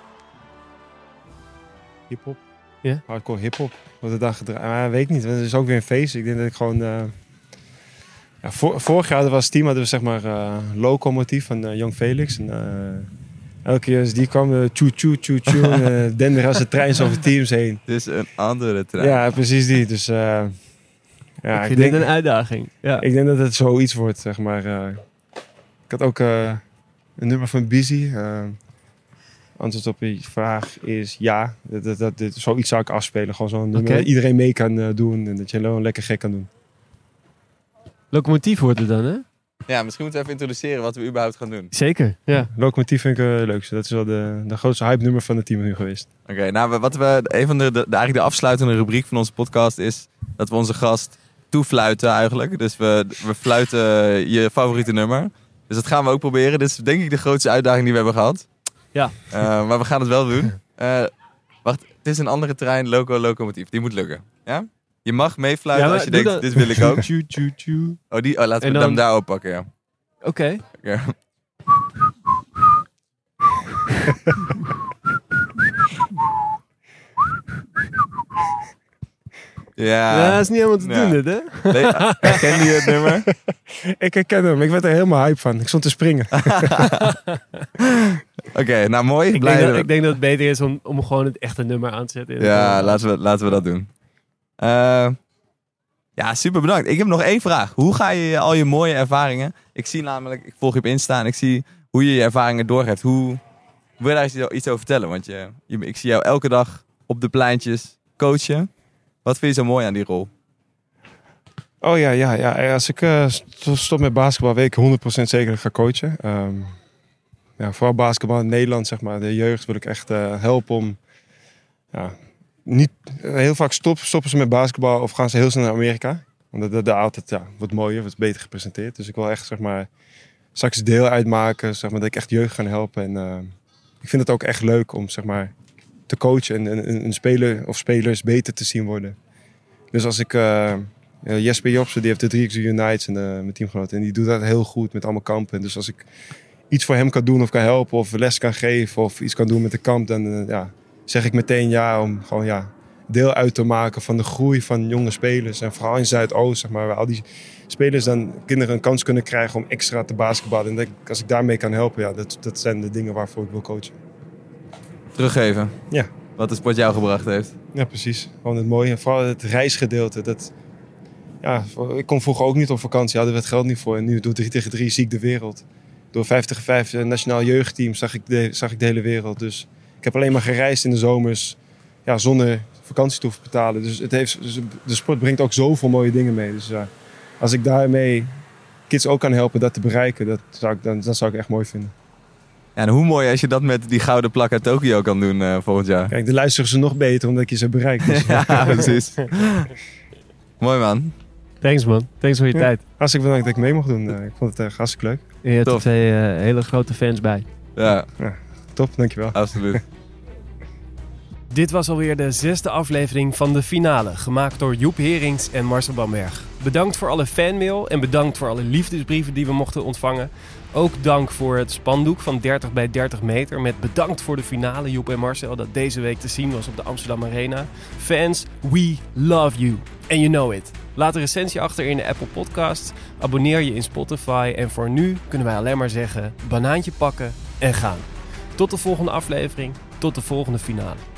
Hip-hop. Ja? Hardcore hip-hop. Wat de dag gedraaid. Maar weet ik niet. Het is ook weer een feest. Ik denk dat ik gewoon. Uh... Ja, vor, vorig jaar was het team hadden we zeg maar uh, Locomotief van uh, Jong Felix. En, uh, elke keer als die kwam, uh, tjoe tjoe tjoe tjoe. uh, dender als de trein over teams heen. Het is een andere trein. Ja, precies die. Dus. Uh, Ja, ik vind ik denk, dit een uitdaging. Ja. Ik denk dat het zoiets wordt, zeg maar. Uh, ik had ook uh, een nummer van Busy. Uh, antwoord op je vraag is ja. Dat, dat, dat, dit, zoiets zou ik afspelen. Gewoon zo'n nummer Okay. dat iedereen mee kan uh, doen. En dat je gewoon lekker gek kan doen. Locomotief wordt het dan, hè? Ja, misschien moeten we even introduceren wat we überhaupt gaan doen. Zeker, ja. Locomotief vind ik het uh, leukste. Dat is wel de, de grootste hype nummer van het team nu geweest. Oké, okay, nou wat we, een van de, de, de, eigenlijk de afsluitende rubriek van onze podcast is dat we onze gast toefluiten eigenlijk. Dus we, we fluiten je favoriete nummer. Dus dat gaan we ook proberen. Dit is denk ik de grootste uitdaging die we hebben gehad. Ja. Uh, maar we gaan het wel doen. Uh, wacht, het is een andere trein, loco, locomotief. Die moet lukken. Ja? Je mag meefluiten ja, als je denkt, dat... dit wil ik ook. Tjoe, tjoe, tjoe. Oh, die, oh, laten we dan... hem daar oppakken, ja. Oké. Okay. Okay. Ja. ja, dat is niet helemaal te ja. doen dit, hè? Nee, herken je het nummer? Ik herken hem. Ik werd er helemaal hype van. Ik stond te springen. Oké, okay, nou mooi. Ik denk, dat, ik denk dat het beter is om, om gewoon het echte nummer aan te zetten. Ja, laten we, laten we dat doen. Uh, ja, super bedankt. Ik heb nog één vraag. Hoe ga je al je mooie ervaringen... Ik zie namelijk, ik volg je op Insta en ik zie hoe je je ervaringen doorgeeft. Hoe wil je daar iets over vertellen? Want je, ik zie jou elke dag op de pleintjes coachen. Wat vind je zo mooi aan die rol? Oh ja, ja, ja. Als ik uh, stop met basketbal, weet ik honderd procent zeker dat ik ga coachen. Um, ja, vooral basketbal in Nederland, zeg maar. De jeugd wil ik echt uh, helpen om... Ja, niet, uh, heel vaak stop, stoppen ze met basketbal of gaan ze heel snel naar Amerika. Want dat daar altijd ja, wordt mooier, wordt beter gepresenteerd. Dus ik wil echt, zeg maar, straks deel uitmaken, zeg maar, dat ik echt jeugd ga helpen. En uh, ik vind het ook echt leuk om, zeg maar, te coachen en een, een speler of spelers beter te zien worden. Dus als ik... Uh, Uh, Jesper Jobsen, die heeft de drie X Unites en uh, mijn teamgenoten. En die doet dat heel goed met allemaal kampen. Dus als ik iets voor hem kan doen of kan helpen of les kan geven of iets kan doen met de kamp, dan uh, ja, zeg ik meteen ja om gewoon ja, deel uit te maken van de groei van jonge spelers. En vooral in Zuidoost, zeg maar, waar al die spelers dan kinderen een kans kunnen krijgen om extra te basketballen. En dat, als ik daarmee kan helpen, ja, dat, dat zijn de dingen waarvoor ik wil coachen. Teruggeven. Ja. Wat de sport jou gebracht heeft. Ja, precies. Gewoon het mooie. Vooral het reisgedeelte. Dat... Ja, ik kon vroeger ook niet op vakantie, hadden we het geld niet voor. En nu door drie tegen drie zie ik de wereld. Door vijf tegen vijf nationaal jeugdteam zag ik, de, zag ik de hele wereld. Dus ik heb alleen maar gereisd in de zomers, ja, zonder vakantie te hoeven betalen. Dus, het heeft, dus de sport brengt ook zoveel mooie dingen mee. Dus ja, als ik daarmee kids ook kan helpen dat te bereiken, dat zou ik, dan, dat zou ik echt mooi vinden. Ja, en hoe mooi als je dat met die gouden plak uit Tokio kan doen uh, volgend jaar. Kijk, dan luisteren ze nog beter omdat ik je ze bereikt. Dus. Ja, precies. Mooi man. Thanks man, thanks voor je ja, tijd. Hartstikke bedankt dat ik mee mocht doen. Uh, ik vond het uh, hartstikke leuk. Je hebt er twee uh, hele grote fans bij. Ja. ja, top, dankjewel. Absoluut. Dit was alweer de zesde aflevering van De Finale, gemaakt door Joep Herings en Marcel Bamberg. Bedankt voor alle fanmail en bedankt voor alle liefdesbrieven die we mochten ontvangen. Ook dank voor het spandoek van dertig bij dertig meter met bedankt voor de finale, Joep en Marcel, dat deze week te zien was op de Amsterdam Arena. Fans, we love you. And you know it. Laat een recensie achter in de Apple Podcasts, abonneer je in Spotify en voor nu kunnen wij alleen maar zeggen, banaantje pakken en gaan. Tot de volgende aflevering, tot de volgende finale.